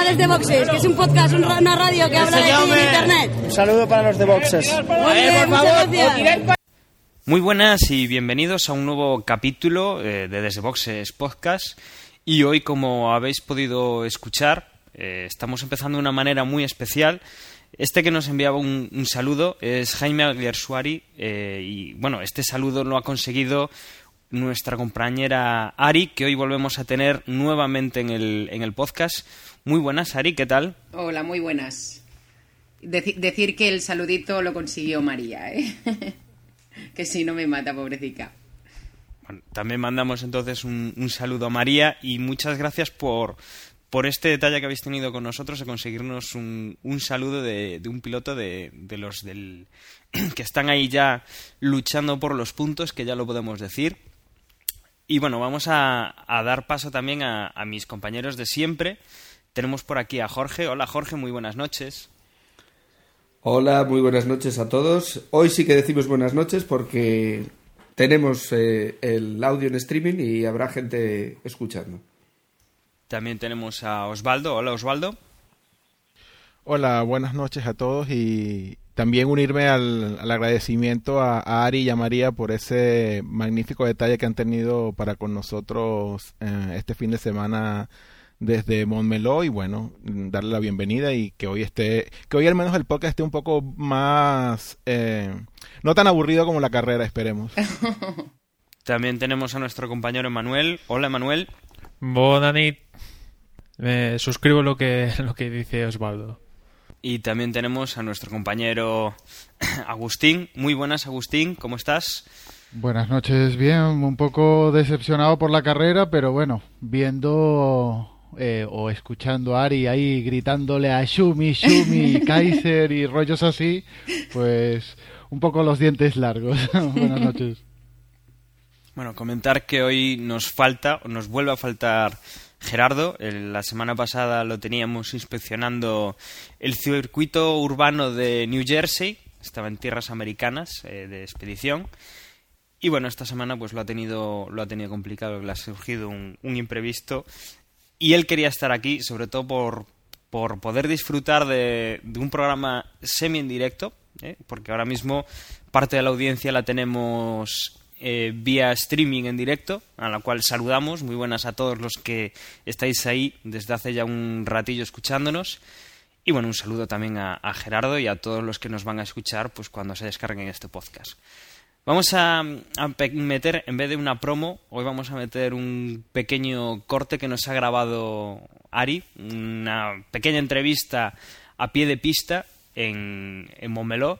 chavales de Boxes, que es un podcast, una radio que habla de ti en internet. Un saludo para los de Boxes. Muy bien, muchas gracias. Muy buenas y bienvenidos a un nuevo capítulo de Desde Boxes Podcast. Y hoy, como habéis podido escuchar, estamos empezando de una manera muy especial. Este que nos enviaba un saludo es Jaime Alguersuari y bueno, este saludo lo ha conseguido nuestra compañera Ari, que hoy volvemos a tener nuevamente en el podcast. Muy buenas, Ari, ¿qué tal? Hola, muy buenas. Decir que el saludito lo consiguió María, ¿eh? Que si no me mata, pobrecita. Bueno, también mandamos entonces un saludo a María y muchas gracias por este detalle que habéis tenido con nosotros de conseguirnos un saludo de un piloto de los que están ahí ya luchando por los puntos, que ya lo podemos decir. Y bueno, vamos a dar paso también a mis compañeros de siempre. Tenemos por aquí a Jorge. Hola Jorge, muy buenas noches. Hola, muy buenas noches a todos. Hoy sí que decimos buenas noches porque tenemos el audio en streaming y habrá gente escuchando. También tenemos a Osvaldo. Hola, Osvaldo. Hola, buenas noches a todos y también unirme al agradecimiento a Ari y a María por ese magnífico detalle que han tenido para con nosotros este fin de semana desde Montmeló y bueno, darle la bienvenida y que hoy al menos el podcast esté un poco más, no tan aburrido como la carrera, esperemos. También tenemos a nuestro compañero Emanuel. Hola, Emanuel. Buenas noches. Me suscribo lo que dice Osvaldo. Y también tenemos a nuestro compañero Agustín. Muy buenas, Agustín, ¿cómo estás? Buenas noches, bien, un poco decepcionado por la carrera, pero bueno, viendo o escuchando a Ari ahí gritándole a Shumi, Kaiser y rollos así, pues un poco los dientes largos. Buenas noches. Bueno, comentar que hoy nos vuelve a faltar Gerardo. La semana pasada lo teníamos inspeccionando el circuito urbano de New Jersey, estaba en tierras americanas de expedición. Y bueno, esta semana pues lo ha tenido complicado, le ha surgido un imprevisto y él quería estar aquí, sobre todo por poder disfrutar de un programa semi en directo, porque ahora mismo parte de la audiencia la tenemos vía streaming en directo, a la cual saludamos. Muy buenas a todos los que estáis ahí desde hace ya un ratillo escuchándonos. Y bueno, un saludo también a Gerardo y a todos los que nos van a escuchar pues cuando se descarguen este podcast. Vamos a meter, en vez de una promo, hoy vamos a meter un pequeño corte que nos ha grabado Ari, una pequeña entrevista a pie de pista en Montmeló,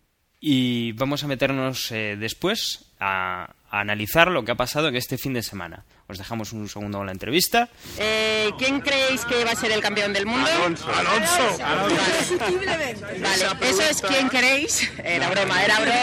y vamos a meternos después a analizar lo que ha pasado en este fin de semana. Os dejamos un segundo con la entrevista. ¿Quién creéis que va a ser el campeón del mundo? Alonso. Vale, eso es quién queréis. Era broma.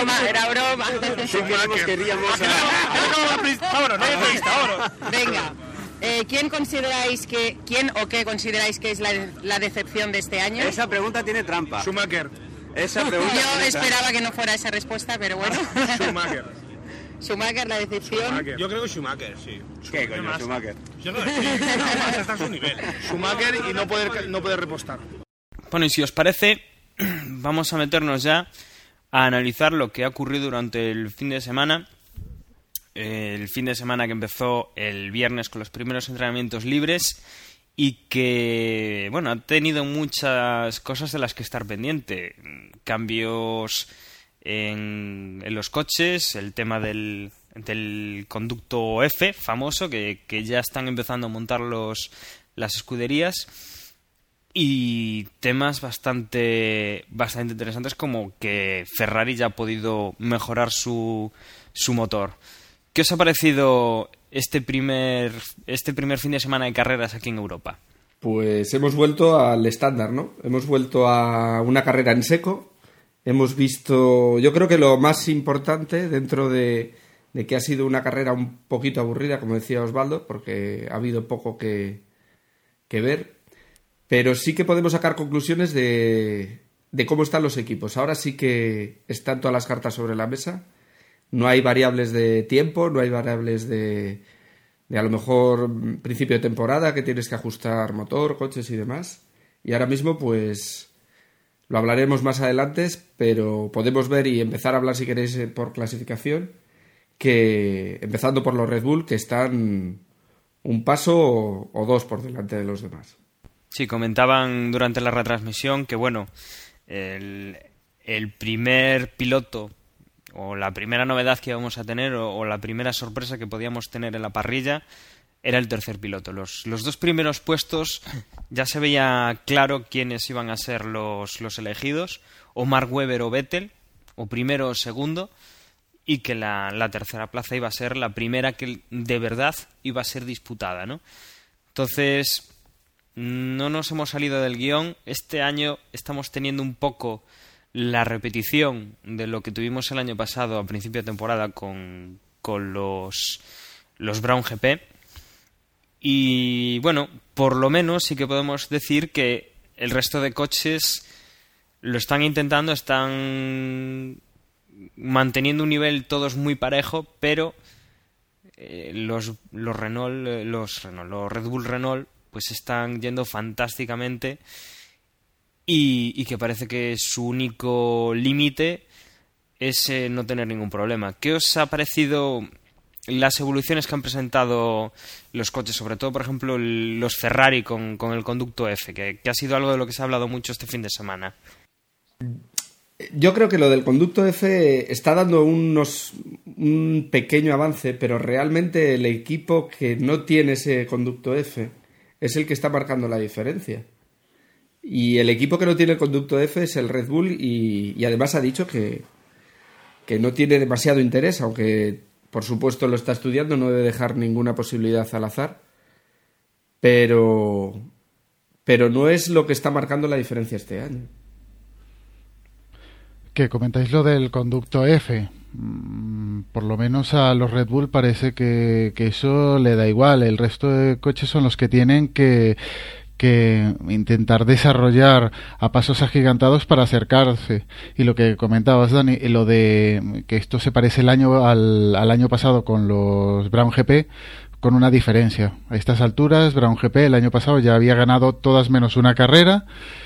Vámonos. Venga. ¿Quién o qué consideráis que es la decepción de este año? Esa pregunta tiene trampa. Schumacher. Yo esperaba que no fuera esa respuesta, pero bueno. Schumacher, la decepción. Yo creo que Schumacher, sí. ¿Qué coño, Schumacher? Yo creo que sí. Está a su nivel. Schumacher y no poder repostar. Bueno, y si os parece, vamos a meternos ya a analizar lo que ha ocurrido durante el fin de semana. El fin de semana que empezó el viernes con los primeros entrenamientos libres y que, bueno, ha tenido muchas cosas de las que estar pendiente. Cambios en los coches, el tema del conducto F famoso que ya están empezando a montar las escuderías, y temas bastante interesantes como que Ferrari ya ha podido mejorar su motor. ¿Qué os ha parecido este primer fin de semana de carreras aquí en Europa? Pues hemos vuelto al estándar, ¿no? Hemos vuelto a una carrera en seco. Hemos visto, yo creo que lo más importante dentro de que ha sido una carrera un poquito aburrida, como decía Osvaldo, porque ha habido poco que ver, pero sí que podemos sacar conclusiones de cómo están los equipos. Ahora sí que están todas las cartas sobre la mesa. No hay variables de tiempo, no hay variables de a lo mejor principio de temporada que tienes que ajustar motor, coches y demás. Y ahora mismo, pues, lo hablaremos más adelante, pero podemos ver y empezar a hablar, si queréis, por clasificación, que empezando por los Red Bull, que están un paso o dos por delante de los demás. Sí, comentaban durante la retransmisión que, bueno, el primer piloto o la primera novedad que íbamos a tener o la primera sorpresa que podíamos tener en la parrilla era el tercer piloto. Los dos primeros puestos ya se veía claro quiénes iban a ser los elegidos, o Mark Webber o Vettel, o primero o segundo, y que la tercera plaza iba a ser la primera que de verdad iba a ser disputada, ¿no? Entonces, no nos hemos salido del guión. Este año estamos teniendo un poco la repetición de lo que tuvimos el año pasado a principio de temporada con los Brown GP. Y bueno, por lo menos sí que podemos decir que el resto de coches lo están intentando, están manteniendo un nivel todos muy parejo, pero los Red Bull Renault pues están yendo fantásticamente y que parece que su único límite es no tener ningún problema. ¿Qué os ha parecido las evoluciones que han presentado los coches, sobre todo, por ejemplo, los Ferrari con el conducto F, que ha sido algo de lo que se ha hablado mucho este fin de semana? Yo creo que lo del conducto F está dando un pequeño avance, pero realmente el equipo que no tiene ese conducto F es el que está marcando la diferencia. Y el equipo que no tiene el conducto F es el Red Bull y además ha dicho que no tiene demasiado interés, aunque por supuesto lo está estudiando, no debe dejar ninguna posibilidad al azar, pero no es lo que está marcando la diferencia este año. Que comentáis lo del conducto F. Por lo menos a los Red Bull parece que eso le da igual. El resto de coches son los que tienen que intentar desarrollar a pasos agigantados para acercarse. Y lo que comentabas, Dani, lo de que esto se parece al año pasado con los Brown GP, con una diferencia. A estas alturas, Brown GP el año pasado ya había ganado todas menos una carrera.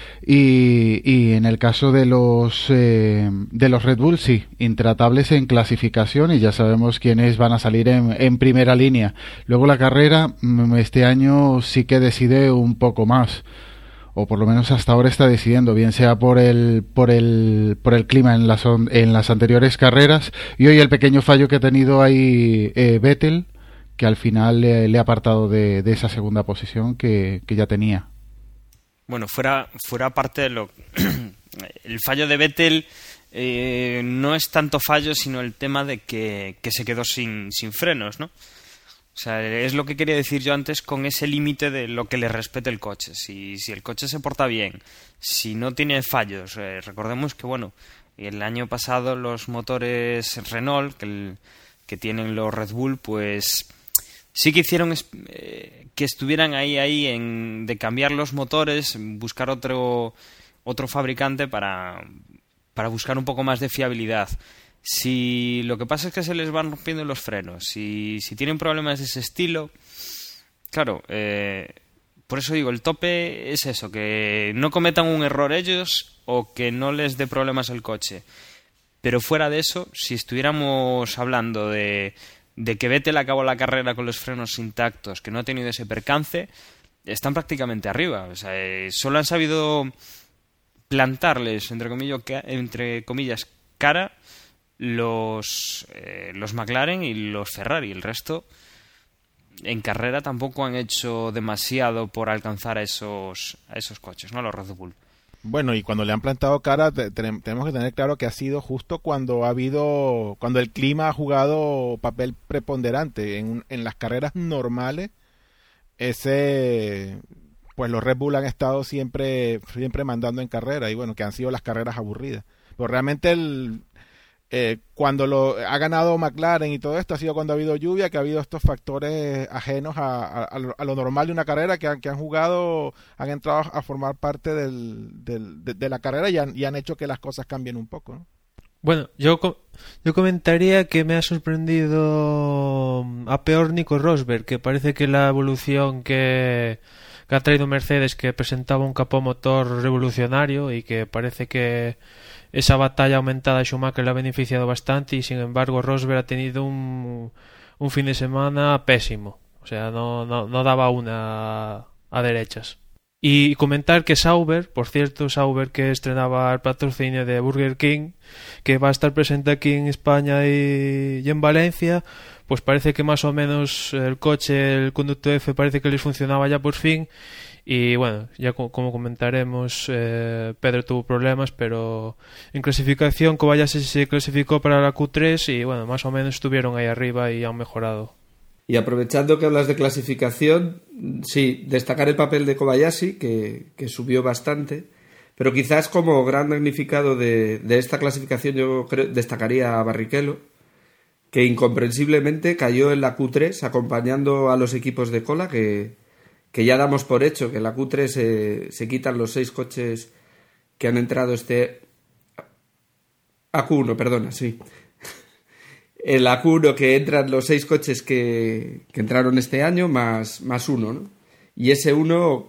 Y en el caso de los Red Bull, sí, intratables en clasificación y ya sabemos quiénes van a salir en primera línea. Luego la carrera este año sí que decide un poco más, o por lo menos hasta ahora está decidiendo, bien sea por el clima en las anteriores carreras, y hoy el pequeño fallo que ha tenido ahí Vettel, que al final le ha apartado de esa segunda posición que ya tenía. Bueno, fuera parte de lo... el fallo de Vettel no es tanto fallo, sino el tema de que se quedó sin frenos, ¿no? O sea, es lo que quería decir yo antes con ese límite de lo que le respete el coche. Si el coche se porta bien, si no tiene fallos... recordemos que, bueno, el año pasado los motores Renault que tienen los Red Bull, pues... sí que hicieron que estuvieran ahí de cambiar los motores, buscar otro fabricante para buscar un poco más de fiabilidad. Si lo que pasa es que se les van rompiendo los frenos, si tienen problemas de ese estilo, claro, por eso digo, el tope es eso, que no cometan un error ellos o que no les dé problemas el coche. Pero fuera de eso, si estuviéramos hablando de que Vettel acabó la carrera con los frenos intactos, que no ha tenido ese percance, están prácticamente arriba. O sea, solo han sabido plantarles, entre comillas, cara los McLaren y los Ferrari. El resto, en carrera, tampoco han hecho demasiado por alcanzar a esos coches, ¿no? Los Red Bull. Bueno, y cuando le han plantado cara, tenemos que tener claro que ha sido justo cuando el clima ha jugado papel preponderante. En las carreras normales, pues los Red Bull han estado siempre mandando en carrera, y bueno, que han sido las carreras aburridas. Pero realmente cuando ha ganado McLaren y todo esto ha sido cuando ha habido lluvia, que ha habido estos factores ajenos a lo normal de una carrera, que han jugado, han entrado a formar parte de la carrera y han hecho que las cosas cambien un poco, ¿no? Bueno, yo comentaría que me ha sorprendido a peor Nico Rosberg, que parece que la evolución que ha traído Mercedes, que presentaba un capó motor revolucionario y que parece que esa batalla aumentada de Schumacher le ha beneficiado bastante, y sin embargo Rosberg ha tenido un fin de semana pésimo. O sea, no daba una a derechas. Y comentar que Sauber, por cierto, Sauber que estrenaba el patrocinio de Burger King, que va a estar presente aquí en España y en Valencia, pues parece que más o menos el coche, el Conducto F, parece que les funcionaba ya por fin. Y bueno, ya como comentaremos, Pedro tuvo problemas, pero en clasificación Kobayashi se clasificó para la Q3 y bueno, más o menos estuvieron ahí arriba y han mejorado. Y aprovechando que hablas de clasificación, sí, destacar el papel de Kobayashi, que subió bastante, pero quizás como gran magnificado de esta clasificación yo destacaría a Barrichello, que incomprensiblemente cayó en la Q3 acompañando a los equipos de cola, que ya damos por hecho que en la Q3 se quitan los 6 coches que han entrado a Q1, perdona, sí. En la Q1 que entran los 6 coches que entraron este año más uno, ¿no? Y ese uno,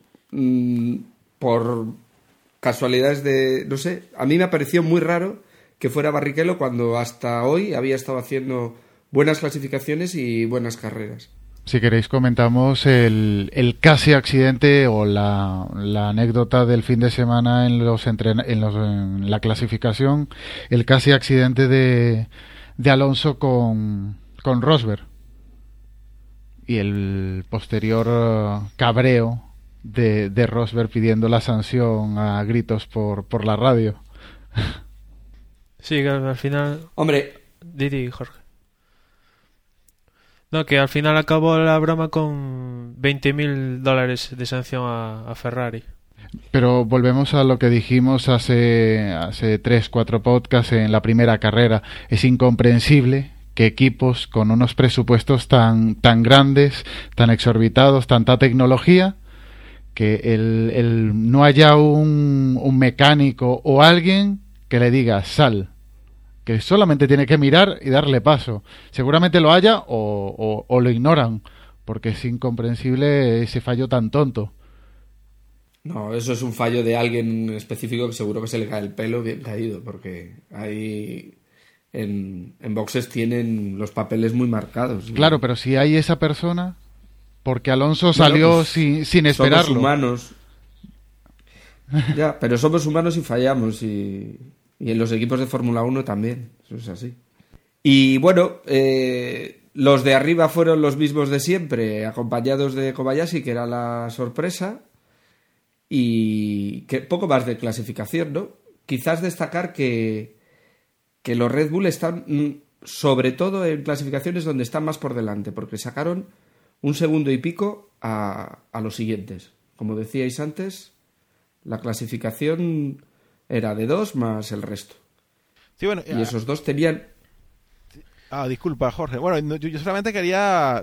por casualidades de... no sé, a mí me pareció muy raro que fuera Barrichello cuando hasta hoy había estado haciendo buenas clasificaciones y buenas carreras. Si queréis comentamos el casi accidente o la anécdota del fin de semana en la clasificación, el casi accidente de Alonso con Rosberg y el posterior cabreo de Rosberg pidiendo la sanción a gritos por la radio. Sí, que al final... Hombre... Didi, Jorge. No, que al final acabó la broma con $20,000 de sanción a Ferrari. Pero volvemos a lo que dijimos hace 3-4 podcasts en la primera carrera. Es incomprensible que equipos con unos presupuestos tan grandes, tan exorbitados, tanta tecnología, que no haya un mecánico o alguien que le diga sal, que solamente tiene que mirar y darle paso. Seguramente lo haya o lo ignoran, porque es incomprensible ese fallo tan tonto. No, eso es un fallo de alguien específico que seguro que se le cae el pelo bien caído, porque ahí en boxes tienen los papeles muy marcados. Claro, pero si hay esa persona, porque Alonso salió pues, sin esperarlo. Somos humanos. Ya, pero somos humanos y fallamos, y en los equipos de Fórmula 1 también, eso es así. Y bueno, los de arriba fueron los mismos de siempre, acompañados de Kobayashi, que era la sorpresa. Y que poco más de clasificación, ¿no? Quizás destacar que los Red Bull están, sobre todo en clasificaciones donde están más por delante, porque sacaron 1 segundo y pico a los siguientes. Como decíais antes, la clasificación era de 2 más el resto. Sí, bueno, y esos 2 tenían... disculpa, Jorge. Bueno, yo solamente quería...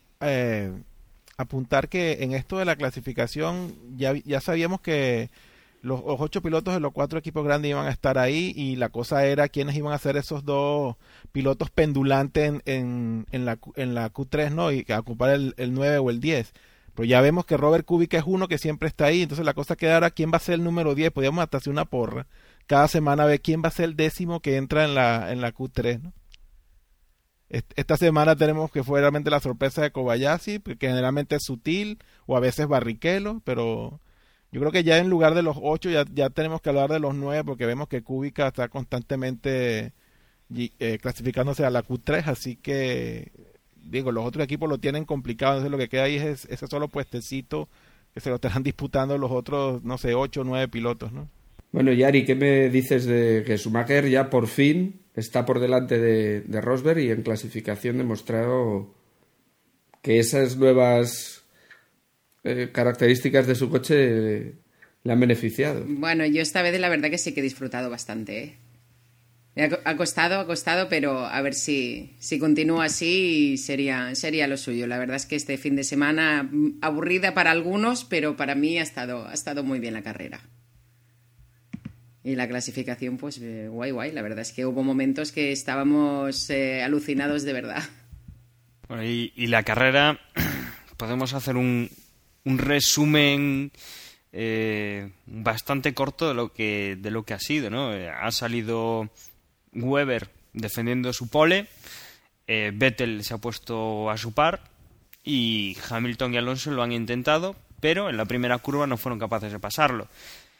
apuntar que en esto de la clasificación ya sabíamos que los 8 pilotos de los 4 equipos grandes iban a estar ahí, y la cosa era quiénes iban a ser esos 2 pilotos pendulantes en la Q3, ¿no? Y a ocupar el 9 o el 10. Pero ya vemos que Robert Kubica es uno que siempre está ahí, entonces la cosa queda ahora quién va a ser el número 10. Podríamos hasta hacer una porra cada semana a ver quién va a ser el 10º que entra en la Q3, ¿no? Esta semana tenemos que fue realmente la sorpresa de Kobayashi, que generalmente es sutil, o a veces Barrichello, pero yo creo que ya en lugar de los 8 ya tenemos que hablar de los 9, porque vemos que Kubica está constantemente clasificándose a la Q3, así que digo, los otros equipos lo tienen complicado, entonces lo que queda ahí es ese solo puestecito que se lo estarán disputando los otros, no sé, 8 o 9 pilotos, ¿no? Bueno, Yari, ¿qué me dices de que Schumacher ya por fin está por delante de Rosberg y en clasificación demostrado que esas nuevas características de su coche le han beneficiado? Bueno, yo esta vez la verdad que sí que he disfrutado bastante, ¿eh? Ha costado, pero a ver si continúa así sería lo suyo. La verdad es que este fin de semana aburrida para algunos, pero para mí ha estado muy bien la carrera. Y la clasificación, pues guay. La verdad es que hubo momentos que estábamos alucinados de verdad. Bueno, y la carrera, podemos hacer un resumen bastante corto de lo que ha sido, ¿no? Ha salido Webber defendiendo su pole, Vettel se ha puesto a su par y Hamilton y Alonso lo han intentado, pero en la primera curva no fueron capaces de pasarlo.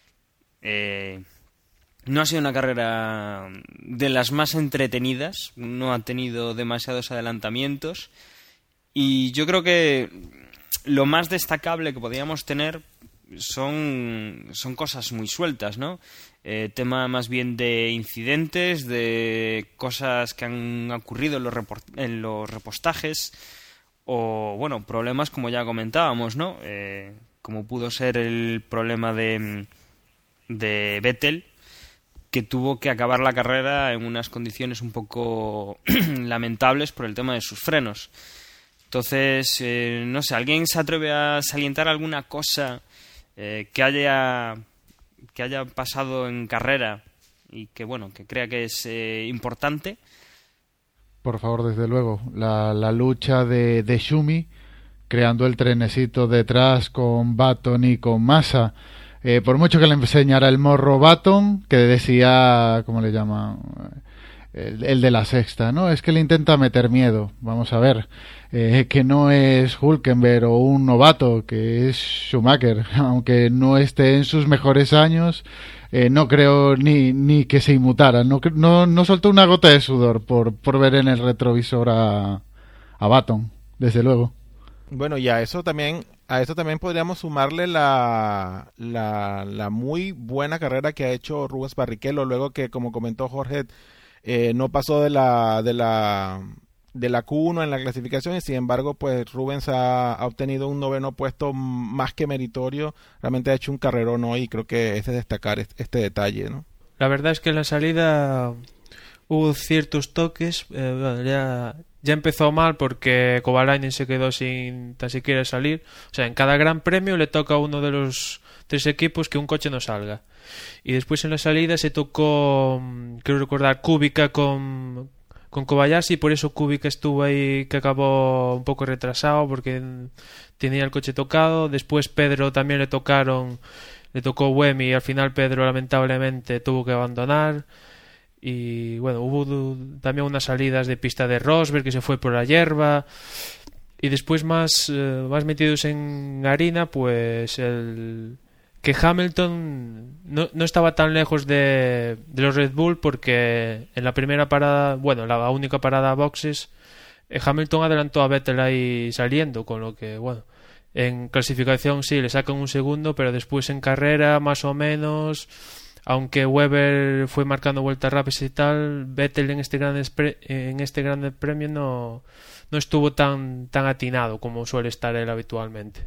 No ha sido una carrera de las más entretenidas, no ha tenido demasiados adelantamientos y yo creo que lo más destacable que podíamos tener son cosas muy sueltas, ¿no? Tema más bien de incidentes, de cosas que han ocurrido en los repostajes o, bueno, problemas como ya comentábamos, ¿no? Como pudo ser el problema de Vettel, que tuvo que acabar la carrera en unas condiciones un poco lamentables por el tema de sus frenos. Entonces, no sé, ¿alguien se atreve a salientar alguna cosa que haya pasado en carrera y que, bueno, que crea que es importante? Por favor, desde luego, la lucha de Schumi, creando el trenecito detrás con Button y con Massa. Por mucho que le enseñara el morro Button, que decía, ¿cómo le llaman? El de la sexta, ¿no? Es que le intenta meter miedo. Vamos a ver, que no es Hülkenberg o un novato, que es Schumacher. Aunque no esté en sus mejores años, no creo ni que se inmutara. No soltó una gota de sudor por ver en el retrovisor a Button, desde luego. Bueno, y a eso también podríamos sumarle la muy buena carrera que ha hecho Rubens Barrichello, luego que, como comentó Jorge, no pasó de la Q1 en la clasificación y sin embargo pues Rubens ha obtenido un 9º puesto más que meritorio. Realmente ha hecho un carrerón hoy y creo que es de destacar este detalle, ¿no? La verdad es que en la salida hubo ciertos toques, ya empezó mal porque Kovalainen se quedó sin tan siquiera salir. O sea, en cada gran premio le toca a uno de los 3 equipos que un coche no salga. Y después en la salida se tocó, quiero recordar, Kubica con Kobayashi, por eso Kubica estuvo ahí, que acabó un poco retrasado porque tenía el coche tocado. Después Pedro también le tocó Wemi y al final Pedro lamentablemente tuvo que abandonar. Y bueno, hubo también unas salidas de pista de Rosberg que se fue por la hierba. Y después más metidos en harina, pues que Hamilton no estaba tan lejos de los Red Bull, porque en la primera parada, bueno, la única parada a boxes, Hamilton adelantó a Vettel ahí saliendo, con lo que, bueno, en clasificación sí le sacan un segundo, pero después en carrera más o menos, aunque Webber fue marcando vueltas rápidas y tal, Vettel en este gran premio no estuvo tan atinado como suele estar él habitualmente.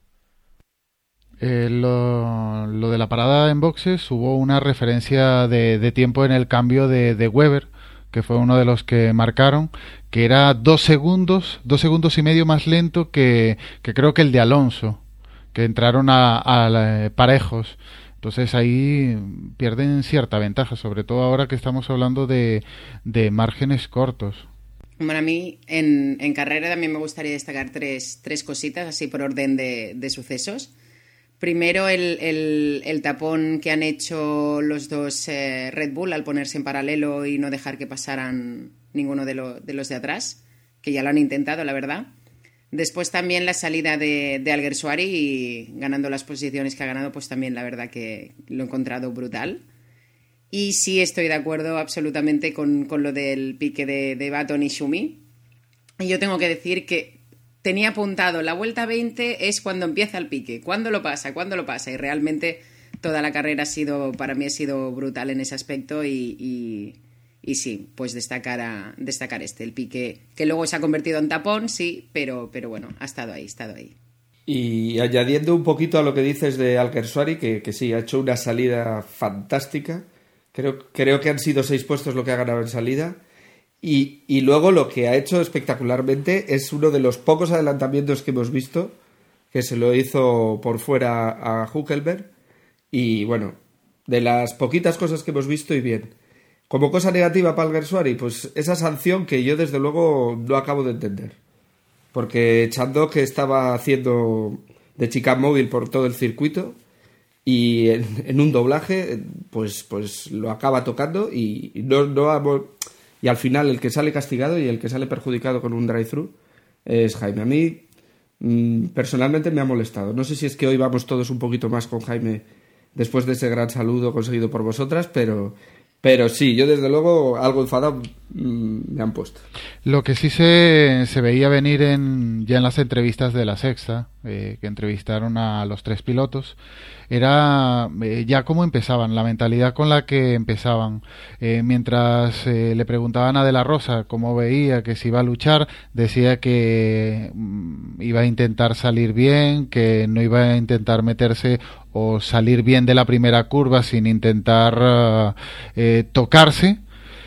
Lo de la parada en boxes, hubo una referencia de tiempo en el cambio de Webber, que fue uno de los que marcaron, que era 2 segundos y medio más lento que creo que el de Alonso, que entraron a parejos. Entonces ahí pierden cierta ventaja, sobre todo ahora que estamos hablando de márgenes cortos. Bueno, a mí en carrera también me gustaría destacar tres cositas, así por orden de sucesos. Primero, el tapón que han hecho los dos Red Bull al ponerse en paralelo y no dejar que pasaran ninguno de los de atrás, que ya lo han intentado, la verdad. Después también la salida de Alguersuari y ganando las posiciones que ha ganado, pues también la verdad que lo he encontrado brutal. Y sí estoy de acuerdo absolutamente con lo del pique de Button y Schumi. Y yo tengo que decir que tenía apuntado la vuelta 20 es cuando empieza el pique. ¿Cuándo lo pasa? Y realmente toda la carrera para mí ha sido brutal en ese aspecto y sí, pues destacar el pique, que luego se ha convertido en tapón, sí, pero bueno, ha estado ahí. Y añadiendo un poquito a lo que dices de Alguersuari, que sí, ha hecho una salida fantástica. Creo que han sido 6 puestos lo que ha ganado en salida. Y luego lo que ha hecho espectacularmente es uno de los pocos adelantamientos que hemos visto, que se lo hizo por fuera a Hülkenberg. Y bueno, De las poquitas cosas que hemos visto y bien. Como cosa negativa para Alguersuari, pues esa sanción que yo desde luego no acabo de entender. Porque Chandok estaba haciendo de chicane móvil por todo el circuito y en un doblaje pues lo acaba tocando y y al final el que sale castigado y el que sale perjudicado con un drive-thru es Jaime. A mí personalmente me ha molestado. No sé si es que hoy vamos todos un poquito más con Jaime después de ese gran saludo conseguido por vosotras, pero sí, yo desde luego algo enfadado me han puesto. Lo que sí se veía venir ya en las entrevistas de La Sexta, que entrevistaron a los 3 pilotos, era ya cómo empezaban, la mentalidad con la que empezaban. Mientras le preguntaban a De La Rosa cómo veía, que si iba a luchar, decía que iba a intentar salir bien, que no iba a intentar meterse o salir bien de la primera curva sin intentar tocarse,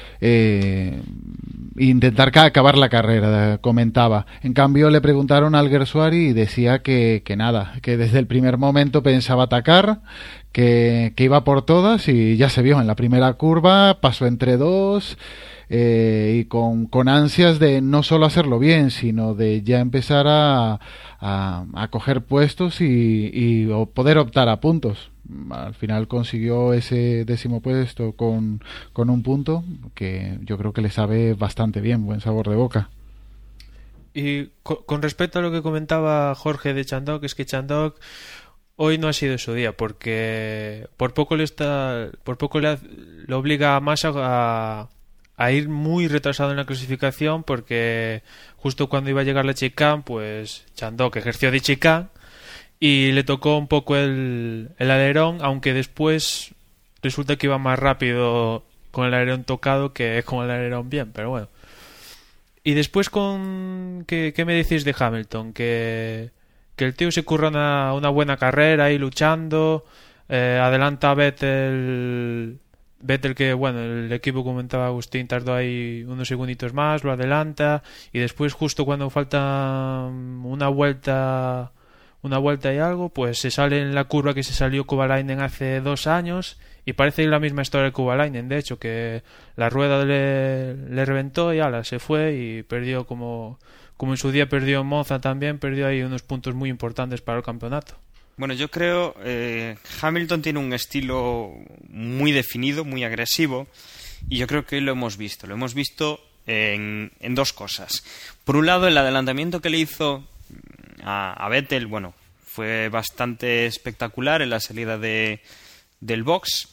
intentar acabar la carrera, comentaba. En cambio le preguntaron a Alguersuari y decía que nada, que desde el primer momento pensaba atacar, que iba por todas y ya se vio en la primera curva, pasó entre 2 y con ansias de no solo hacerlo bien, sino de ya empezar a coger puestos y poder optar a puntos. Al final consiguió ese 10º puesto con un punto que yo creo que le sabe bastante bien, buen sabor de boca. Y con respecto a lo que comentaba Jorge de Chandok, es que Chandok hoy no ha sido su día, porque por poco le obliga a Massa a ir muy retrasado en la clasificación, porque justo cuando iba a llegar la chicane, pues Chandok ejerció de chicane y le tocó un poco el alerón, aunque después resulta que iba más rápido con el alerón tocado que con el alerón bien, pero bueno. Y después ¿qué me decís de Hamilton? Que el tío se curra una buena carrera ahí luchando, adelanta a Vettel, que bueno, el equipo, comentaba Agustín, tardó ahí unos segunditos más, lo adelanta, y después justo cuando falta una vuelta y algo, pues se sale en la curva que se salió Kovalainen hace 2 años, y parece la misma historia de Kovalainen, de hecho, que la rueda le reventó y ala, se fue y perdió como en su día perdió en Monza también, perdió ahí unos puntos muy importantes para el campeonato. Bueno, yo creo Hamilton tiene un estilo muy definido, muy agresivo, y yo creo que hoy lo hemos visto en 2 cosas. Por un lado, el adelantamiento que le hizo a Vettel, bueno, fue bastante espectacular en la salida del box,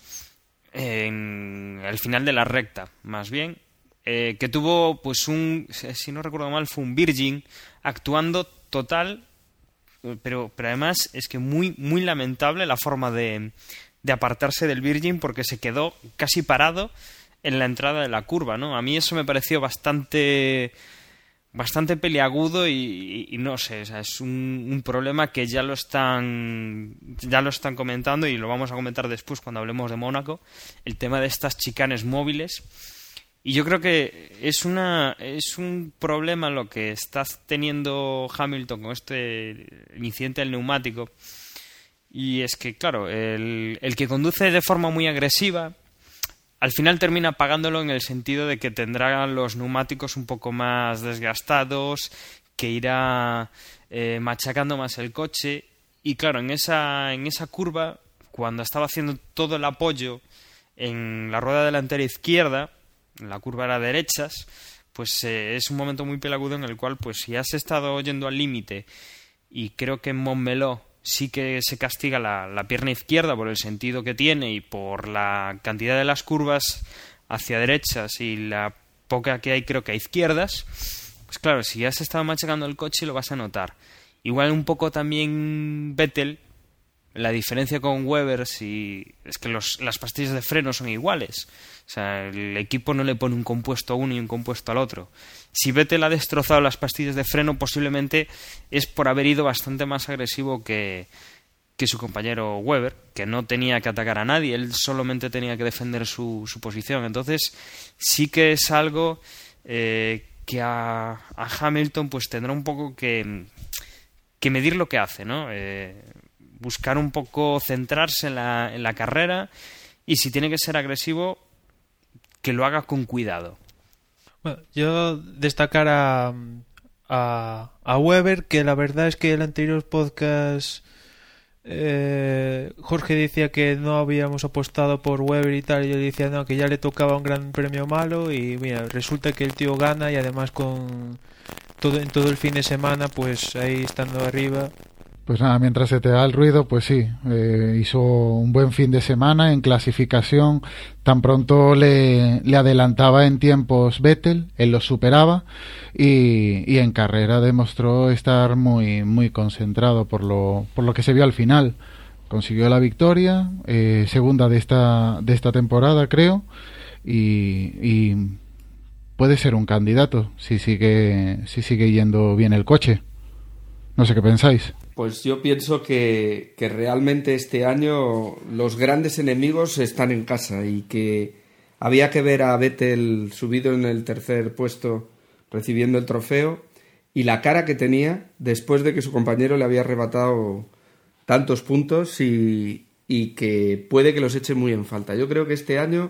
al final de la recta, más bien, que tuvo pues si no recuerdo mal, fue un Virgin actuando total, pero además es que muy, muy lamentable la forma de apartarse del Virgin, porque se quedó casi parado en la entrada de la curva, ¿no? A mí eso me pareció bastante peliagudo y no sé, o sea, es un problema que ya lo están comentando, y lo vamos a comentar después cuando hablemos de Mónaco, el tema de estas chicanes móviles. Y yo creo que es un problema lo que está teniendo Hamilton con este incidente del neumático, y es que, claro, el que conduce de forma muy agresiva al final termina pagándolo, en el sentido de que tendrá los neumáticos un poco más desgastados, que irá machacando más el coche, y claro, en esa curva, cuando estaba haciendo todo el apoyo en la rueda delantera izquierda, la curva era derechas, pues es un momento muy pelagudo en el cual, pues si has estado yendo al límite, y creo que en Montmeló sí que se castiga la pierna izquierda por el sentido que tiene y por la cantidad de las curvas hacia derechas y la poca que hay, creo que a izquierdas, pues claro, si has estado machacando el coche lo vas a notar. Igual un poco también Vettel, la diferencia con Webber es que las pastillas de freno son iguales. O sea, el equipo no le pone un compuesto a uno y un compuesto al otro. Si Vettel ha destrozado las pastillas de freno, posiblemente es por haber ido bastante más agresivo que su compañero Webber, que no tenía que atacar a nadie, él solamente tenía que defender su posición. Entonces sí que es algo que a Hamilton pues tendrá un poco que medir lo que hace, ¿no? Buscar un poco centrarse en la carrera y si tiene que ser agresivo, que lo haga con cuidado. Bueno, yo destacar a Webber, que la verdad es que el anterior podcast Jorge decía que no habíamos apostado por Webber y tal, y yo le decía no, que ya le tocaba un gran premio malo, y mira, resulta que el tío gana, y además en todo el fin de semana, pues ahí estando arriba. Pues nada, mientras se te da el ruido, pues sí, hizo un buen fin de semana en clasificación. Tan pronto le adelantaba en tiempos Vettel, él lo superaba, y en carrera demostró estar muy muy concentrado por lo que se vio al final. Consiguió la victoria, segunda de esta temporada, creo, y puede ser un candidato si sigue yendo bien el coche. No sé qué pensáis. Pues yo pienso que realmente este año los grandes enemigos están en casa y que había que ver a Vettel subido en el tercer puesto recibiendo el trofeo y la cara que tenía después de que su compañero le había arrebatado tantos puntos y que puede que los eche muy en falta. Yo creo que este año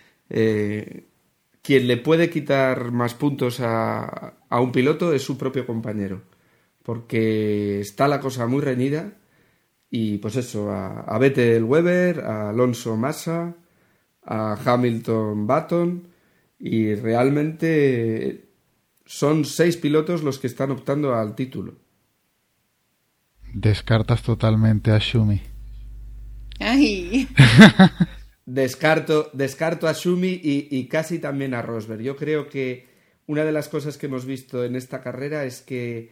quien le puede quitar más puntos a un piloto es su propio compañero, porque está la cosa muy reñida y pues eso, a Vettel Webber, a Alonso Massa, a Hamilton Button, y realmente son 6 pilotos los que están optando al título. Descartas totalmente a Schumi. ¡Ay! Descarto a Schumi y casi también a Rosberg. Yo creo que una de las cosas que hemos visto en esta carrera es que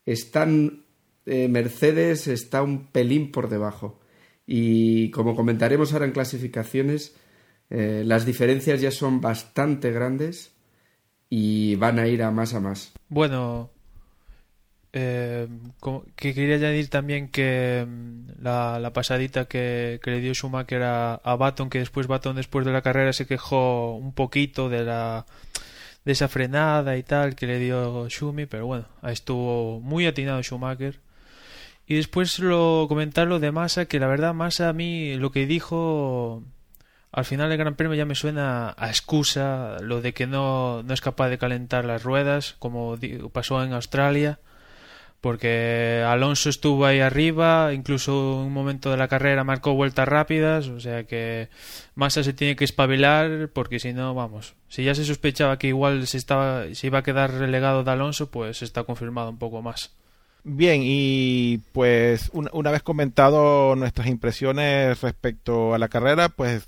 Mercedes está un pelín por debajo, y como comentaremos ahora en clasificaciones, las diferencias ya son bastante grandes y van a ir a más. Bueno, que quería añadir también que la pasadita que le dio Schumacher a Button, que después de la carrera se quejó un poquito de esa frenada y tal que le dio Schumi, pero bueno, estuvo muy atinado Schumacher. Y después comentar lo de Massa, que la verdad Massa, a mí lo que dijo al final del Gran Premio ya me suena a excusa, lo de que no es capaz de calentar las ruedas, como pasó en Australia, porque Alonso estuvo ahí arriba, incluso en un momento de la carrera marcó vueltas rápidas, o sea que Massa se tiene que espabilar, porque si no, vamos, si ya se sospechaba que igual se iba a quedar relegado de Alonso, pues está confirmado un poco más. Bien, y pues una vez comentado nuestras impresiones respecto a la carrera, pues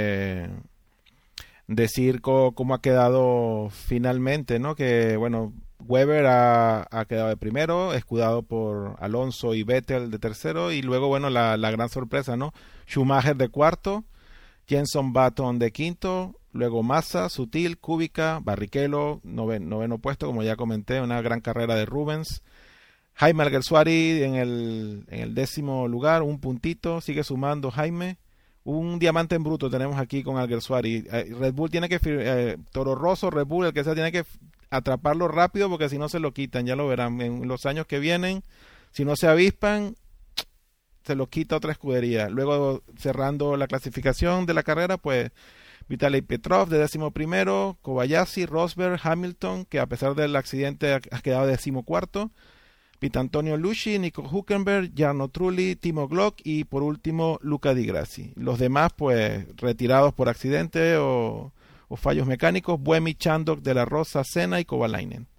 decir cómo ha quedado finalmente, ¿no? Que bueno, Webber ha quedado de primero, escudado por Alonso y Vettel de tercero, y luego, bueno, la gran sorpresa, ¿no? Schumacher de cuarto, Jenson Button de quinto, luego Massa, Sutil, Kubica, Barrichello, noveno puesto, como ya comenté, una gran carrera de Rubens. Jaime Alguersuari en el 10º lugar, un puntito, sigue sumando Jaime. Un diamante en bruto tenemos aquí con Alguersuari. Red Bull tiene que, Toro Rosso, Red Bull, el que sea, tiene que atraparlo rápido, porque si no se lo quitan, ya lo verán en los años que vienen. Si no se avispan, se lo quita otra escudería. Luego, cerrando la clasificación de la carrera, pues Vitaly Petrov de 11º, Kobayashi, Rosberg, Hamilton, que a pesar del accidente ha quedado 14º, Pitantonio Luci, Nico Hülkenberg, Jarno Trulli, Timo Glock y por último Luca Di Grassi. Los demás pues retirados por accidente o fallos mecánicos: Buemi, Chandok, De La Rosa, Senna y Kovalainen.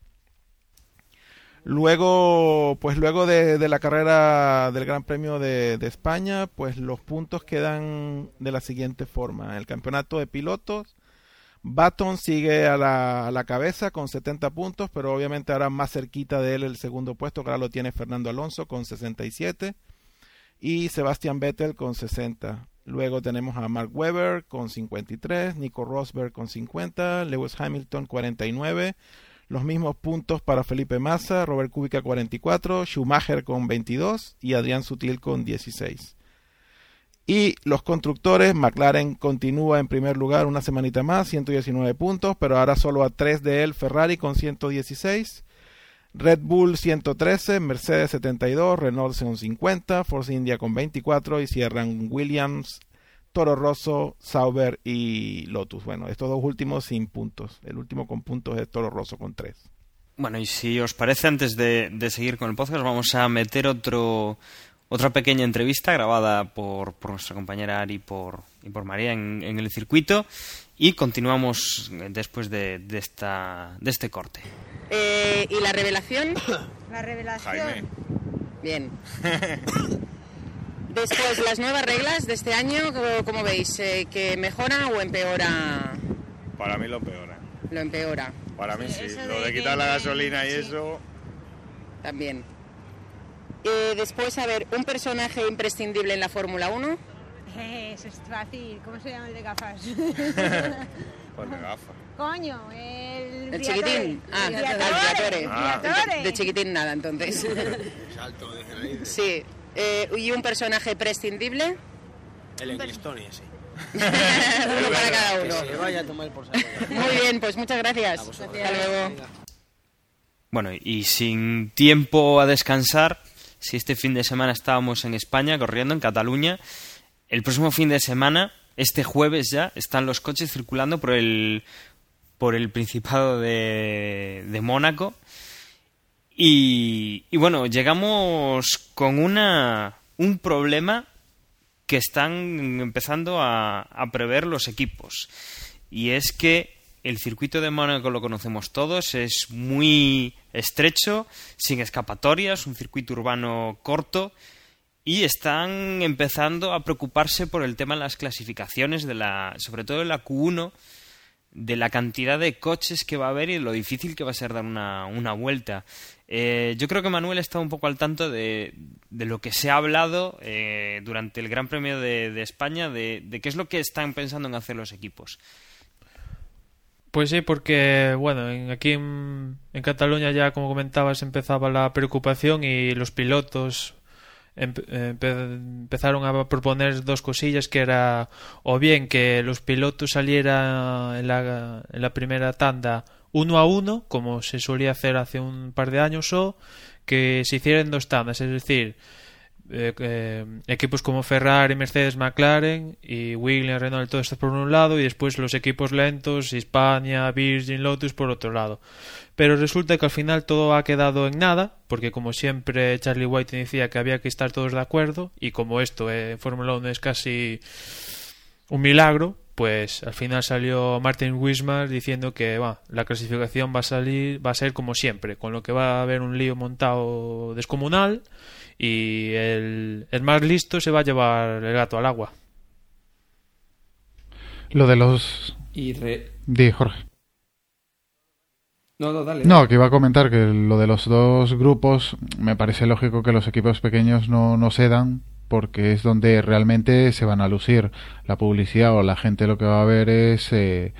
Luego de la carrera del Gran Premio de España, pues los puntos quedan de la siguiente forma. El campeonato de pilotos, Button sigue a la cabeza con 70 puntos, pero obviamente ahora más cerquita de él el segundo puesto, que ahora lo tiene Fernando Alonso con 67 y Sebastian Vettel con 60. Luego tenemos a Mark Webber con 53, Nico Rosberg con 50, Lewis Hamilton 49, los mismos puntos para Felipe Massa, Robert Kubica 44, Schumacher con 22 y Adrián Sutil con 16. Y los constructores, McLaren continúa en primer lugar una semanita más, 119 puntos, pero ahora solo a 3 de él Ferrari con 116, Red Bull 113, Mercedes 72, Renault con 50, Force India con 24 y cierran Williams, Toro Rosso, Sauber y Lotus. Bueno, estos dos últimos sin puntos. El último con puntos es Toro Rosso con 3. Bueno, y si os parece, antes de seguir con el podcast, vamos a meter otra pequeña entrevista grabada por nuestra compañera Ari y por María en el circuito, y continuamos después de este corte. ¿Y la revelación? La revelación. Jaime. Bien. Después, las nuevas reglas de este año, ¿cómo veis? ¿Que mejora o empeora? Para mí lo empeora. Lo empeora. Para mí sí. Eso Lo de de quitar la gasolina y sí. eso... También. Después, a ver, un personaje imprescindible en la Fórmula 1. Eso es fácil. ¿Cómo se llama el de gafas? Pues de gafas. Coño, el ¿El chiquitín? El Briatore. Briatore. De chiquitín nada, entonces. Salto, dicen ahí. Sí. ¿Y un personaje prescindible? El Ecclestone ese. Uno para cada uno. Que se vaya a tomar por saco. Muy bien, pues muchas gracias. Hasta luego. Bueno, y sin tiempo a descansar, si este fin de semana estábamos en España, corriendo en Cataluña, el próximo fin de semana, este jueves ya, están los coches circulando por el Principado de Mónaco. Y bueno, llegamos con un problema que están empezando a prever los equipos. Y es que el circuito de Mónaco lo conocemos todos, es muy estrecho, sin escapatorias, un circuito urbano corto, y están empezando a preocuparse por el tema de las clasificaciones, sobre todo de la Q1, de la cantidad de coches que va a haber y de lo difícil que va a ser dar una vuelta. Yo creo que Manuel está un poco al tanto de lo que se ha hablado durante el Gran Premio de España, de qué es lo que están pensando en hacer los equipos. Pues sí, porque bueno, aquí en Cataluña ya, como comentabas, empezaba la preocupación y los pilotos empezaron a proponer dos cosillas, que era o bien que los pilotos salieran en la primera tanda 1-1, como se solía hacer hace un par de años, o que se hicieran dos tandas, es decir, equipos como Ferrari, Mercedes, McLaren y Williams, Renault, todo esto por un lado, y después los equipos lentos, Hispania, Virgin, Lotus por otro lado. Pero resulta que al final todo ha quedado en nada, porque como siempre Charlie White decía que había que estar todos de acuerdo, y como esto en Fórmula 1 es casi un milagro, pues al final salió Martin Wismar diciendo que la clasificación va a ser como siempre, con lo que va a haber un lío montado descomunal, y el más listo se va a llevar el gato al agua. Lo de los... Di, Jorge. No, dale. No, que iba a comentar que lo de los dos grupos me parece lógico que los equipos pequeños no cedan, porque es donde realmente se van a lucir. La publicidad o la gente lo que va a ver es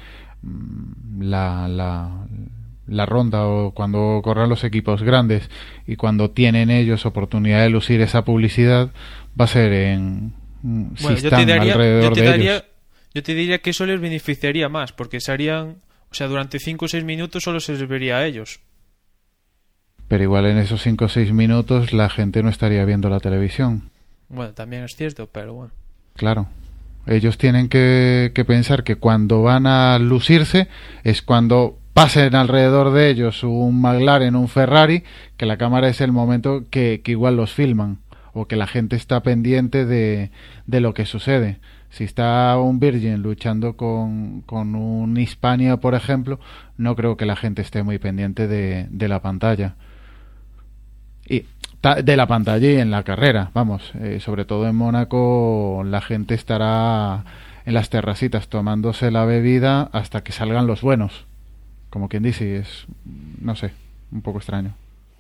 la ronda, o cuando corran los equipos grandes, y cuando tienen ellos oportunidad de lucir esa publicidad va a ser si están alrededor de ellos. Yo te diría que eso les beneficiaría más, porque se harían, o sea, durante 5 o 6 minutos solo se les vería a ellos. Pero igual en esos 5 o 6 minutos la gente no estaría viendo la televisión. Bueno, también es cierto, pero bueno. Claro. Ellos tienen que pensar que cuando van a lucirse es cuando pasen alrededor de ellos un McLaren, un Ferrari, que la cámara es el momento que igual los filman, o que la gente está pendiente de lo que sucede. Si está un Virgin luchando con un Hispania, por ejemplo, no creo que la gente esté muy pendiente de la pantalla. Y de la pantalla y en la carrera, vamos, sobre todo en Mónaco la gente estará en las terracitas tomándose la bebida hasta que salgan los buenos, como quien dice. Es, no sé, un poco extraño.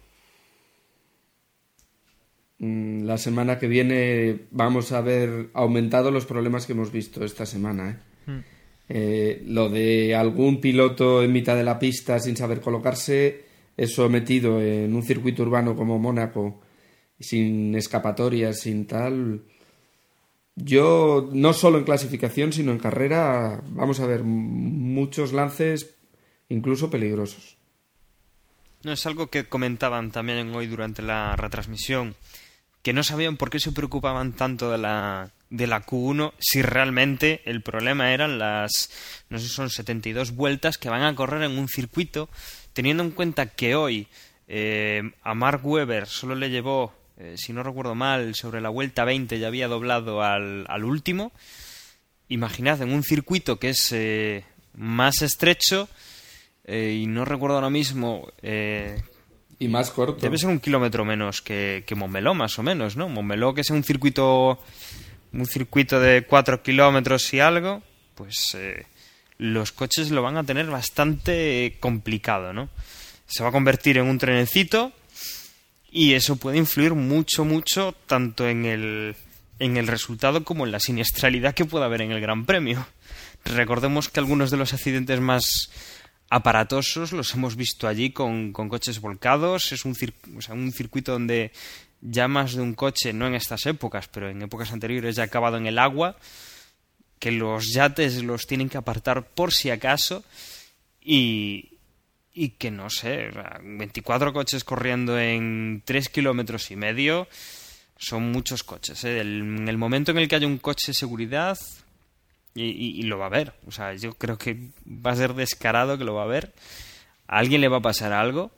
La semana que viene vamos a ver aumentado los problemas que hemos visto esta semana, lo de algún piloto en mitad de la pista sin saber colocarse, eso metido en un circuito urbano como Mónaco, sin escapatorias, sin tal. Yo, no solo en clasificación, sino en carrera, vamos a ver muchos lances, incluso peligrosos. No, es algo que comentaban también hoy durante la retransmisión, que no sabían por qué se preocupaban tanto de la de la Q1 si realmente el problema eran las, no sé si son 72 vueltas que van a correr en un circuito, teniendo en cuenta que hoy a Mark Webber solo le llevó, si no recuerdo mal, sobre la vuelta 20 ya había doblado al último. Imaginad, en un circuito que es más estrecho, y no recuerdo ahora mismo... y más corto. Debe ser 1 kilómetro menos que Montmeló, más o menos, ¿no? Montmeló, que es un circuito de 4 kilómetros y algo, pues los coches lo van a tener bastante complicado, ¿no? Se va a convertir en un trenecito y eso puede influir mucho, mucho, tanto en el resultado como en la siniestralidad que pueda haber en el Gran Premio. Recordemos que algunos de los accidentes más aparatosos los hemos visto allí con coches volcados. Es un circuito donde ya más de un coche, no en estas épocas, pero en épocas anteriores, ya ha acabado en el agua, que los yates los tienen que apartar por si acaso, y que no sé, 24 coches corriendo en 3,5 kilómetros son muchos coches, ¿eh? En el momento en el que haya un coche de seguridad, y lo va a haber, o sea, yo creo que va a ser descarado que lo va a haber, a alguien le va a pasar algo,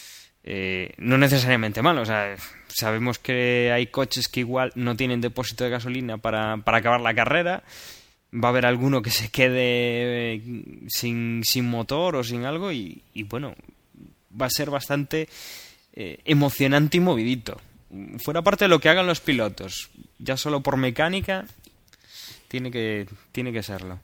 no necesariamente mal, o sea, sabemos que hay coches que igual no tienen depósito de gasolina para acabar la carrera, va a haber alguno que se quede sin motor o sin algo, y bueno, va a ser bastante emocionante y movidito. Fuera parte de lo que hagan los pilotos, ya solo por mecánica tiene que serlo.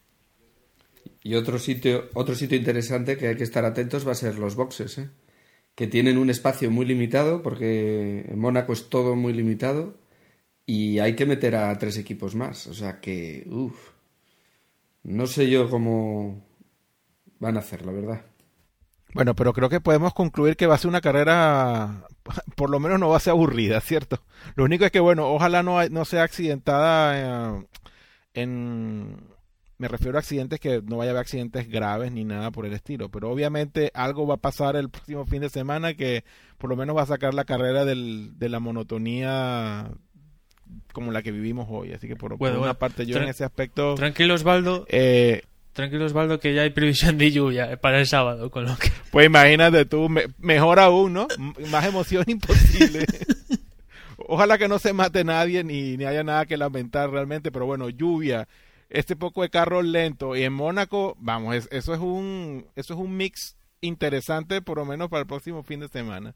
Y otro sitio interesante que hay que estar atentos va a ser los boxes, que tienen un espacio muy limitado, porque en Mónaco es todo muy limitado y hay que meter a 3 equipos más, o sea que no sé yo cómo van a hacer, la verdad. Bueno, pero creo que podemos concluir que va a ser una carrera, por lo menos no va a ser aburrida, ¿cierto? Lo único es que, bueno, ojalá no sea accidentada me refiero a accidentes, que no vaya a haber accidentes graves ni nada por el estilo, pero obviamente algo va a pasar el próximo fin de semana que por lo menos va a sacar la carrera de la monotonía como la que vivimos hoy, así que por una parte yo en ese aspecto... Tranquilo, Osvaldo. Tranquilo, Osvaldo, que ya hay previsión de lluvia para el sábado, con lo que... Pues imagínate tú, mejor aún, ¿no? Más emoción imposible. Ojalá que no se mate nadie ni haya nada que lamentar realmente, pero bueno, lluvia, este poco de carros lentos, y en Mónaco, vamos, eso es un mix interesante, por lo menos para el próximo fin de semana.